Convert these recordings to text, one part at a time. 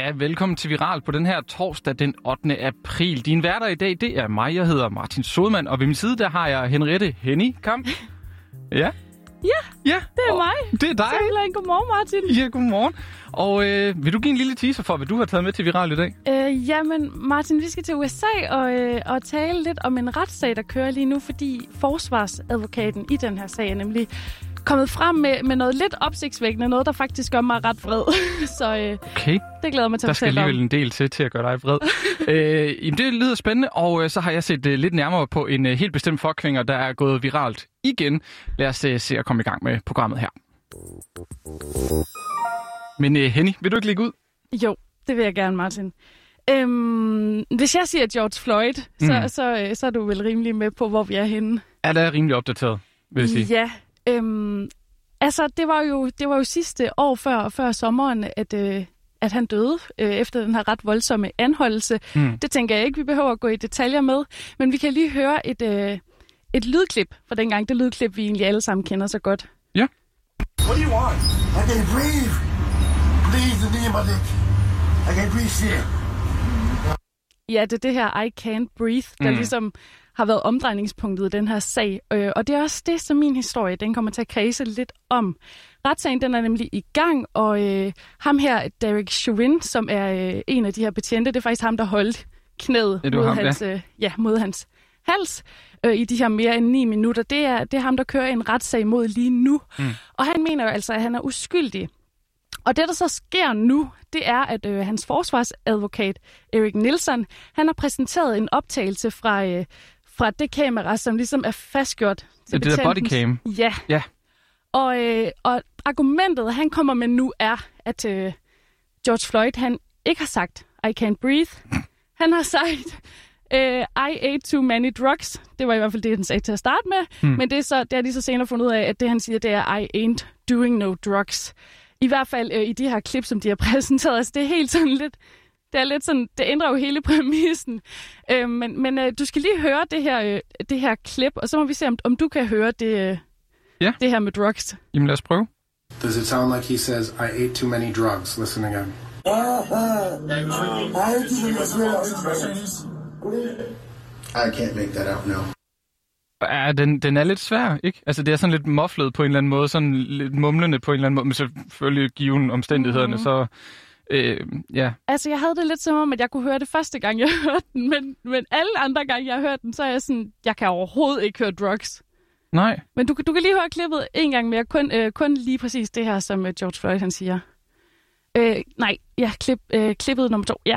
Ja, velkommen til Viral på den her torsdag den 8. april. Din værter i dag, det er mig. Jeg hedder Martin Sodemann, og ved min side, der har jeg Henriette Henny Kamp. Ja. Ja, det er mig. Det er dig. Så godmorgen, Martin. Ja, godmorgen. Og vil du give en lille teaser for, hvad du har taget med til Viral i dag? Jamen, Martin, vi skal til USA og tale lidt om en retssag, der kører lige nu, fordi forsvarsadvokaten i den her sag er nemlig kommet frem med noget lidt opsigtsvækkende, noget, der faktisk gør mig ret vred. Så okay. Det glæder mig til der at skal alligevel en del til at gøre dig vred. Det lyder spændende, og så har jeg set lidt nærmere på en helt bestemt forkvinger, der er gået viralt igen. Lad os se at komme i gang med programmet her. Men Henny, vil du ikke lægge ud? Jo, det vil jeg gerne, Martin. Hvis jeg siger George Floyd, så er du vel rimelig med på, hvor vi er henne. Er det rimelig opdateret, vil jeg sige? Ja. Altså, det var jo sidste år før sommeren, at han døde efter den her ret voldsomme anholdelse. Det tænker jeg ikke, vi behøver at gå i detaljer med. Men vi kan lige høre et lydklip fra dengang. Det lydklip, vi egentlig alle sammen kender så godt. Ja. What do you want? I can breathe. Please, the name of it. I can breathe here. Ja, det er det her I Can't Breathe, der ligesom har været omdrejningspunktet i den her sag. Og det er også det, som min historie, den kommer til at kredse lidt om. Retssagen, den er nemlig i gang, og ham her, Derek Chauvin, som er en af de her betjente, det er faktisk ham, der holdt knæet mod hans hals i de her mere end 9 minutter. Det er ham, der kører en retssag mod lige nu. Og han mener jo altså, at han er uskyldig. Og det, der så sker nu, det er, at hans forsvarsadvokat, Eric Nilsson, han har præsenteret en optagelse fra det kamera, som ligesom er fastgjort til det der bodycam? Ja. Og argumentet, han kommer med nu, er, at George Floyd, han ikke har sagt, I can't breathe. Han har sagt, I ate too many drugs. Det var i hvert fald det, han sagde til at starte med. Men det har de så senere fundet ud af, at det, han siger, det er, I ain't doing no drugs. I hvert fald i de her klip, som de har præsenteret. Altså, det er helt sådan lidt... Det er lidt sådan... Det ændrer jo hele præmissen. Men du skal lige høre det her klip, og så må vi se, om du kan høre det her med drugs. Jamen, lad os prøve. Does it sound like he says, I ate too many drugs? Listen again. I can't make that out, no. Ja, den er lidt svær, ikke? Altså, det er sådan lidt mufflet på en eller anden måde, sådan lidt mumlende på en eller anden måde, men selvfølgelig given omstændighederne, så ja. Altså, jeg havde det lidt som om, at jeg kunne høre det første gang, jeg hørte den, men alle andre gange, jeg har hørt den, så er jeg sådan, jeg kan overhovedet ikke høre drugs. Nej. Men du kan lige høre klippet en gang mere, kun lige præcis det her, som George Floyd, han siger. Klippet nummer 2, ja.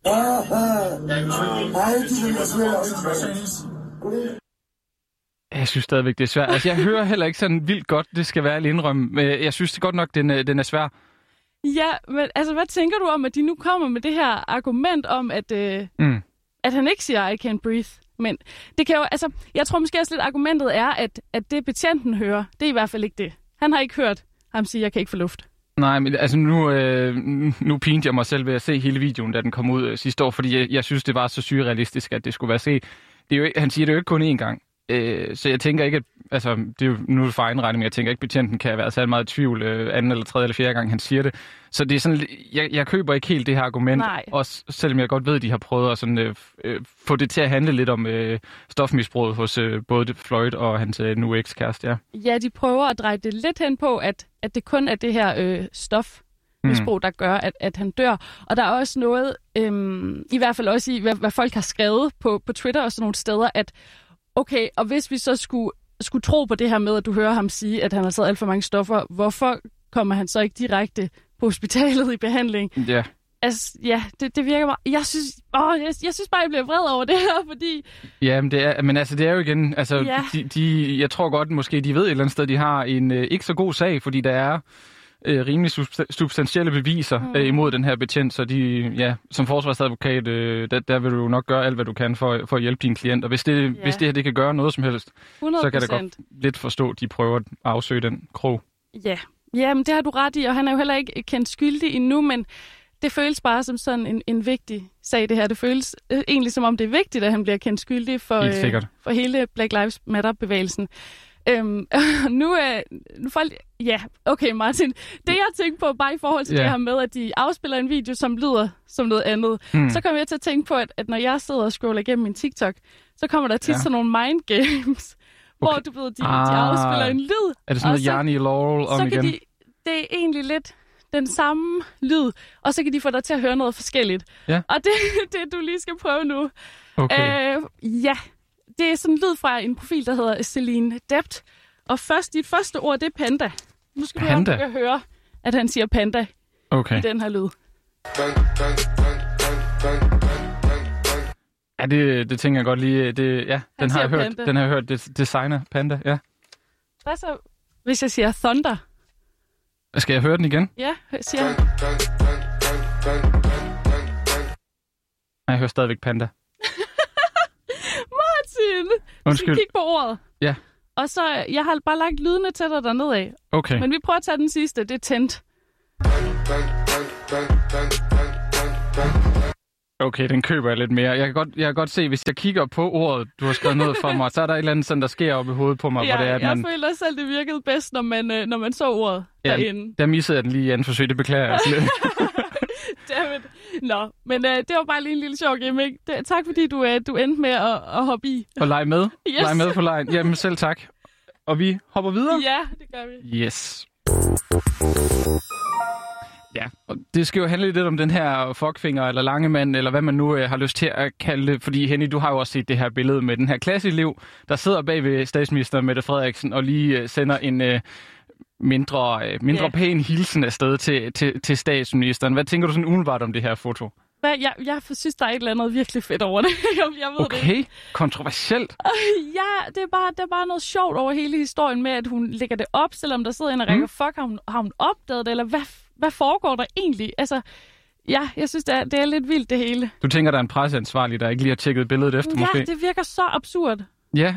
Jeg synes stadigvæk, det er svært. Altså, jeg hører heller ikke sådan vildt godt, det skal være lidt indrømme. Jeg synes det godt nok, den er svær. Ja, men altså, hvad tænker du om, at de nu kommer med det her argument om, at han ikke siger, I can't breathe? Men det kan jo, altså, jeg tror måske også lidt, argumentet er, at det betjenten hører, det er i hvert fald ikke det. Han har ikke hørt ham sige, jeg kan ikke få luft. Nej, men altså nu pinte jeg mig selv ved at se hele videoen, da den kom ud sidste år, fordi jeg synes, det var så surrealistisk, at det skulle være set. Det er jo, han siger det jo ikke kun én gang. Så jeg tænker ikke, at, altså, det er jo nu for egen regning, men jeg tænker ikke, at betjenten kan være særlig meget i tvivl anden eller tredje eller fjerde gang, han siger det. Så det er sådan, jeg køber ikke helt det her argument, også selvom jeg godt ved, at de har prøvet at sådan, få det til at handle lidt om stofmisbruget hos både Floyd og hans nu ekskæreste. Ja. Ja, de prøver at dreje det lidt hen på, at det kun er det her stofmisbrug, der gør, at han dør. Og der er også noget, i hvert fald også i, hvad folk har skrevet på Twitter og sådan nogle steder, at okay, og hvis vi så skulle tro på det her med, at du hører ham sige, at han har taget alt for mange stoffer, hvorfor kommer han så ikke direkte på hospitalet i behandling? Ja. Altså, ja, det virker meget... Jeg synes bare, jeg bliver vred over det her, fordi... Ja, men det er jo igen... Altså, jeg tror godt, måske de ved et eller andet sted, de har en ikke så god sag, fordi der er rimelig substantielle beviser imod den her betjent, så som forsvarsadvokat, der vil du nok gøre alt, hvad du kan for at hjælpe din klient, og hvis det her det kan gøre noget som helst, 100%. Så kan det godt lidt forstå, at de prøver at afsøge den krog. Ja, men det har du ret i, og han er jo heller ikke kendt skyldig endnu, men det føles bare som sådan en vigtig sag, det her. Det føles egentlig som om, det er vigtigt, at han bliver kendt skyldig for hele Black Lives Matter-bevægelsen. Nu folk... Ja, okay Martin. Det jeg tænkte på, bare i forhold til det her med, at de afspiller en video, som lyder som noget andet, så kommer jeg til at tænke på, at når jeg sidder og scroller igennem min TikTok, så kommer der tit sådan nogle mind games, hvor du ved, de afspiller en lyd. Er det sådan noget Jarni Laurel om igen? Det er egentlig lidt den samme lyd, og så kan de få dig til at høre noget forskelligt. Ja. Og det du lige skal prøve nu. Okay. Det er sådan en lyd fra en profil, der hedder Celine Dept. Og dit første ord, det er panda. Nu skal du høre, at han siger panda i den her lyd. Ja, det tænker jeg godt lige. Den har jeg hørt. Designer panda, ja. Hvad så, hvis jeg siger thunder? Skal jeg høre den igen? Ja, siger han. Jeg hører stadigvæk panda. Martin! Undskyld. Kig på ordet. Ja. Og så, jeg har bare lagt lydene til dig dernede af. Okay. Men vi prøver at tage den sidste, det er tændt. Okay, den køber jeg lidt mere. Jeg kan godt se, hvis jeg kigger på ordet, du har skrevet ned for mig, så er der et eller andet sådan, der sker oppe i hovedet på mig. Ja, hvor det er, at jeg føler selv, det virkede bedst, når man så ordet derinde. Der missede jeg den lige i anden forsøg, det beklager jeg altså lidt. Dammit. Nå, men det var bare lige en lille sjov gimmick. Tak fordi du endte med at hoppe i. Og lege med. Yes. Lege med på lejen. Jamen selv tak. Og vi hopper videre? Ja, det gør vi. Yes. Ja, og det skal jo handle lidt om den her fuckfinger eller langemand, eller hvad man nu har lyst til at kalde det. Fordi Henny, du har jo også set det her billede med den her klasseelev, der sidder bag ved statsminister Mette Frederiksen og lige sender en mindre pæn hilsen afsted til statsministeren. Hvad tænker du sådan umiddelbart om det her foto? Jeg synes, der er et eller andet virkelig fedt over det. Jeg ved okay, kontroversielt. Ja, det er bare noget sjovt over hele historien med, at hun lægger det op, selvom der sidder en og rækker, fuck, har hun opdaget det, eller hvad foregår der egentlig? Altså, ja, jeg synes, det er lidt vildt det hele. Du tænker, der er en presseansvarlig, der ikke lige har tjekket billedet efter, måske? Ja, det virker så absurd. Ja,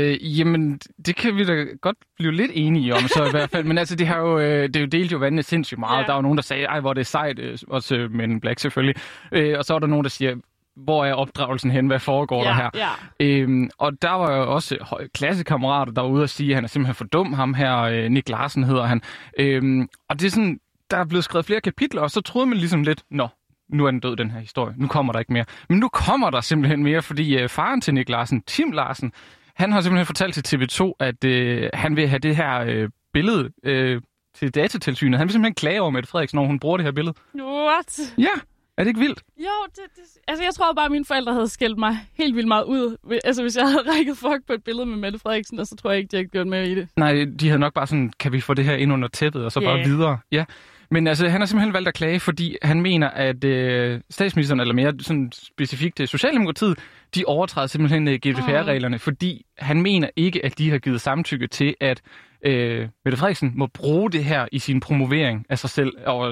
jamen, det kan vi da godt blive lidt enige om, så i hvert fald. Men altså, det er jo delt jo vandet sindssygt meget. Yeah. Der er jo nogen, der sagde, hvor det er sejt, også Men in Black selvfølgelig. Og så er der nogen, der siger, hvor er opdragelsen hen? Hvad foregår der her? Yeah. Og der var jo også klassekammerater, der var ude og sige, at han er simpelthen for dum, ham her, Nick Larsen hedder han. Og det er sådan, der er blevet skrevet flere kapitler, og så troede man ligesom lidt, nu er den død, den her historie. Nu kommer der ikke mere. Men nu kommer der simpelthen mere, fordi faren til Nick Larsen, Tim Larsen, han har simpelthen fortalt til TV2, at han vil have det her billede til Datatilsynet. Han vil simpelthen klage over Mette Frederiksen, når hun bruger det her billede. What? Ja, er det ikke vildt? Jo, altså jeg tror bare, at mine forældre havde skældt mig helt vildt meget ud. Altså hvis jeg havde rækket fuck på et billede med Mette Frederiksen, så tror jeg ikke, de havde gjort mere i det. Nej, de havde nok bare sådan, kan vi få det her ind under tæppet, og så bare videre. Ja. Men altså, han har simpelthen valgt at klage, fordi han mener, at statsministeren, eller mere sådan specifikt Socialdemokratiet, de overtræder simpelthen GDPR-reglerne, fordi han mener ikke, at de har givet samtykke til, at Mette Frederiksen må bruge det her i sin promovering af sig selv og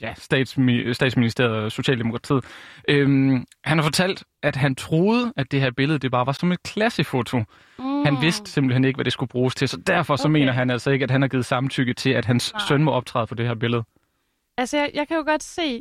statsministeriet og Socialdemokratiet. Han har fortalt, at han troede, at det her billede det bare var som et klassefoto. Han vidste simpelthen ikke, hvad det skulle bruges til, så derfor så mener han altså ikke, at han har givet samtykke til, at hans søn må optræde på det her billede. Altså, jeg kan jo godt se,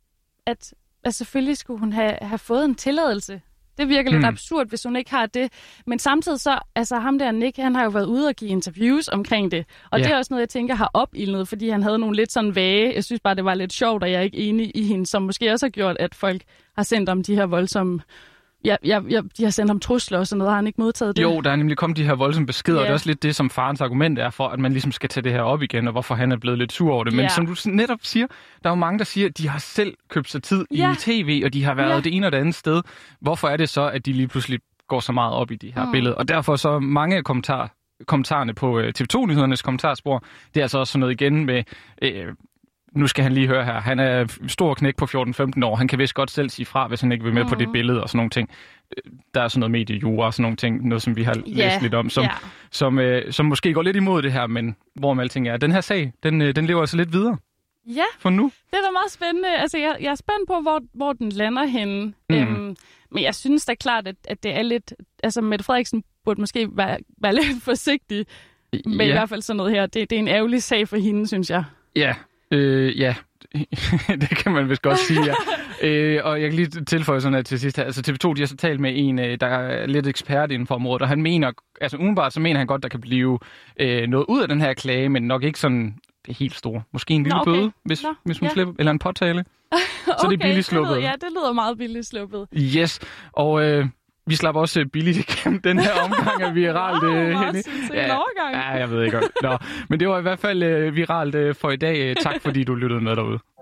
at selvfølgelig skulle hun have fået en tilladelse. Det virker lidt absurd, hvis hun ikke har det. Men samtidig så, altså ham der Nick, han har jo været ude og give interviews omkring det. Og det er også noget, jeg tænker har opildnet, fordi han havde nogle lidt sådan vage. Jeg synes bare, det var lidt sjovt, og jeg er ikke enig i hende, som måske også har gjort, at folk har sendt om de her voldsomme... de har sendt ham trusler og sådan noget. Har han ikke modtaget det? Jo, der er nemlig kommet de her voldsomme beskeder, og det er også lidt det, som farens argument er for, at man ligesom skal tage det her op igen, og hvorfor han er blevet lidt sur over det. Men som du netop siger, der er jo mange, der siger, at de har selv købt sig tid i tv, og de har været det ene og det andet sted. Hvorfor er det så, at de lige pludselig går så meget op i de her billeder? Og derfor så mange kommentarerne på TV2-nyhedernes kommentarspor, det er altså også sådan noget igen med... Nu skal han lige høre her. Han er stor knæk på 14-15 år. Han kan vist godt selv sige fra, hvis han ikke vil med på det billede og sådan nogle ting. Der er sådan noget mediejura og sådan nogle ting, noget som vi har læst lidt om, som måske går lidt imod det her, men hvorom alting er. Den her sag, den lever altså lidt videre. Ja, for nu. Det er da meget spændende. Altså, jeg er spændt på, hvor den lander henne. Men jeg synes da klart, at det er lidt... Altså, Mette Frederiksen burde måske være lidt forsigtig med i hvert fald sådan noget her. Det er en ærgerlig sag for hende, synes jeg. Ja. Det kan man vist godt sige, ja. Og jeg kan lige tilføje sådan til sidst her. Altså TV2, de har så talt med en, der er lidt ekspert inden for området, og han mener, altså umiddelbart så mener han godt, der kan blive noget ud af den her klage, men nok ikke sådan det helt store. Måske en lille bøde, hvis man slipper, eller en påtale. Så det er billigt sluppet. Det lyder meget billigt sluppet. Yes, og vi slapper også billigt igennem den her omgang af viralt. Ja, jeg ved ikke. Nå, men det var i hvert fald viralt for i dag. Tak fordi du lyttede med derude.